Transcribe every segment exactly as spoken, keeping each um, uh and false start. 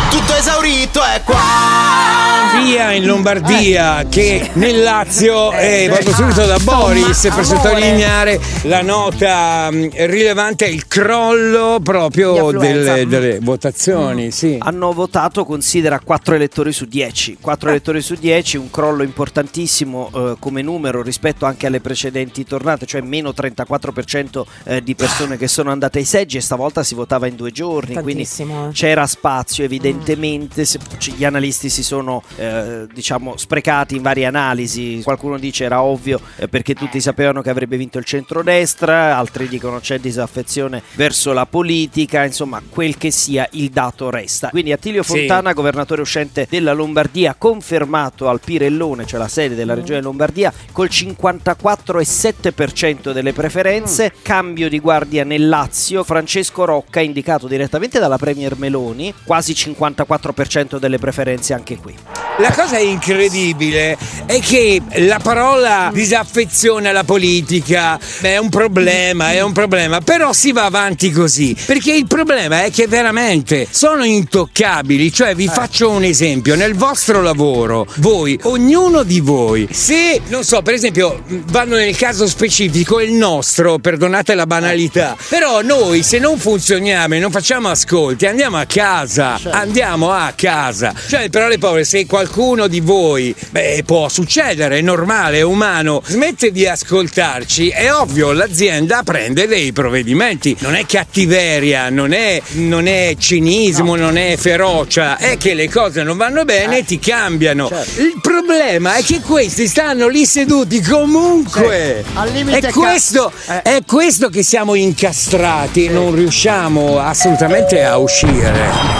Tutto esaurito è qua. Sia in Lombardia eh. che nel Lazio eh, eh, vado subito da Boris per sottolineare la nota mh, rilevante, il crollo proprio delle, delle votazioni. Mm. Sì. Hanno votato, considera, quattro elettori su dieci. quattro eh. elettori su dieci, un crollo importantissimo eh, come numero rispetto anche alle precedenti tornate, cioè meno trentaquattro per cento eh, di persone che sono andate ai seggi, e stavolta si votava in due giorni. Tantissimo. Quindi c'era spazio evidentemente. Mm. Se, gli analisti si sono eh, diciamo sprecati in varie analisi. Qualcuno dice era ovvio eh, perché tutti sapevano che avrebbe vinto il centrodestra, altri dicono c'è disaffezione verso la politica. Insomma, quel che sia, il dato resta. Quindi Attilio Fontana, sì, governatore uscente della Lombardia, confermato al Pirellone, cioè la sede della mm. regione Lombardia, col cinquantaquattro virgola sette per cento delle preferenze. Mm. Cambio di guardia nel Lazio, Francesco Rocca, indicato direttamente dalla premier Meloni, quasi cinquantaquattro per cento delle preferenze anche qui. La cosa incredibile è che la parola disaffezione alla politica beh, è un problema, è un problema, però si va avanti così, perché il problema è che veramente sono intoccabili. Cioè vi faccio un esempio: nel vostro lavoro, voi, ognuno di voi, se, non so, per esempio vanno nel caso specifico il nostro, perdonate la banalità, però noi se non funzioniamo e non facciamo ascolti andiamo a casa, andiamo a casa. Cioè, però le povere, se qualcuno di voi, beh, può succedere, è normale, è umano, smette di ascoltarci, è ovvio, l'azienda prende dei provvedimenti. Non è cattiveria, non è, non è cinismo, no, non è ferocia, è che le cose non vanno bene e eh. ti cambiano. Certo. Il problema è che questi stanno lì seduti comunque. Sì. Al limite è questo, ca- eh. è questo che siamo incastrati, sì, non riusciamo assolutamente a uscire.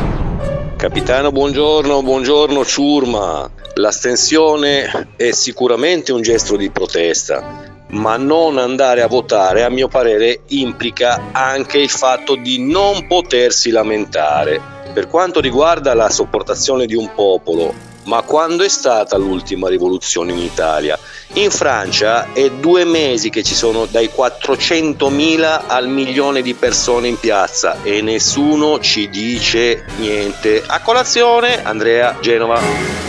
Capitano, buongiorno, buongiorno Ciurma. L'astensione è sicuramente un gesto di protesta, ma non andare a votare, a mio parere, implica anche il fatto di non potersi lamentare. Per quanto riguarda la sopportazione di un popolo, ma quando è stata l'ultima rivoluzione in Italia? In Francia è due mesi che ci sono dai quattrocentomila al milione di persone in piazza e nessuno ci dice niente. A colazione, Andrea, Genova.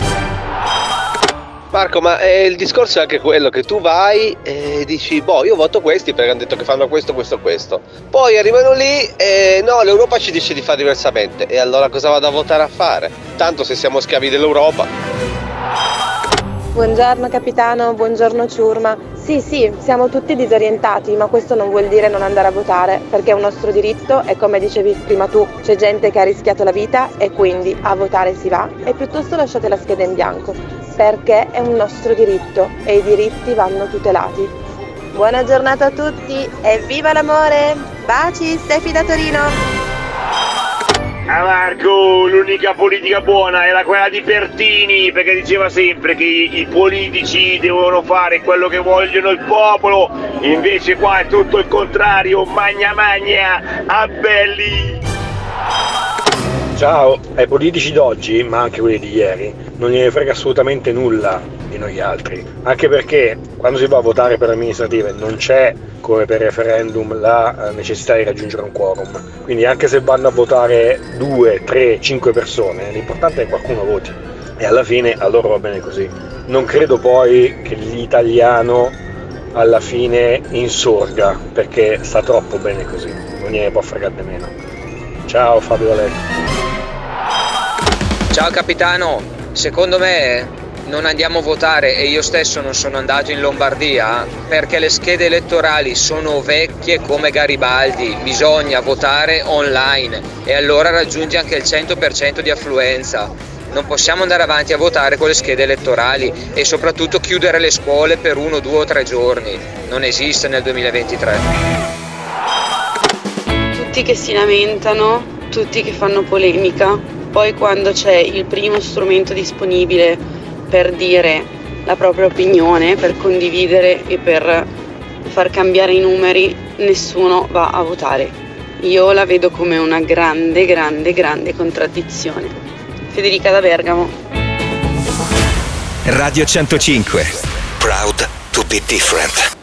Marco, ma eh, il discorso è anche quello che tu vai e dici, boh, io voto questi perché hanno detto che fanno questo, questo, questo. Poi arrivano lì e no, l'Europa ci dice di fare diversamente. E allora cosa vado a votare a fare? Tanto se siamo schiavi dell'Europa. Buongiorno capitano, buongiorno Ciurma. Sì, sì, siamo tutti disorientati, ma questo non vuol dire non andare a votare, perché è un nostro diritto e come dicevi prima tu, c'è gente che ha rischiato la vita e quindi a votare si va, e piuttosto lasciate la scheda in bianco, perché è un nostro diritto e i diritti vanno tutelati. Buona giornata a tutti e viva l'amore! Baci, Stefi da Torino! Ah Marco, l'unica politica buona era quella di Pertini, perché diceva sempre che i, i politici devono fare quello che vogliono il popolo, invece qua è tutto il contrario, magna magna, a belli! Ciao, ai politici d'oggi, ma anche quelli di ieri, non gliene frega assolutamente nulla di noi altri, anche perché quando si va a votare per le amministrative non c'è, come per referendum, la necessità di raggiungere un quorum, quindi anche se vanno a votare due, tre, cinque persone, l'importante è che qualcuno voti e alla fine a loro va bene così. Non credo poi che l'italiano alla fine insorga, perché sta troppo bene così, non gliene può fregare nemmeno. Ciao Fabio Valetti. Ciao capitano, secondo me non andiamo a votare, e io stesso non sono andato in Lombardia perché le schede elettorali sono vecchie come Garibaldi, bisogna votare online e allora raggiungi anche il cento per cento di affluenza. Non possiamo andare avanti a votare con le schede elettorali e soprattutto chiudere le scuole per uno, due o tre giorni. Non esiste nel duemilaventitré. Tutti che si lamentano, tutti che fanno polemica. Poi quando c'è il primo strumento disponibile per dire la propria opinione, per condividere e per far cambiare i numeri, nessuno va a votare. Io la vedo come una grande, grande, grande contraddizione. Federica da Bergamo. Radio centocinque. Proud to be different.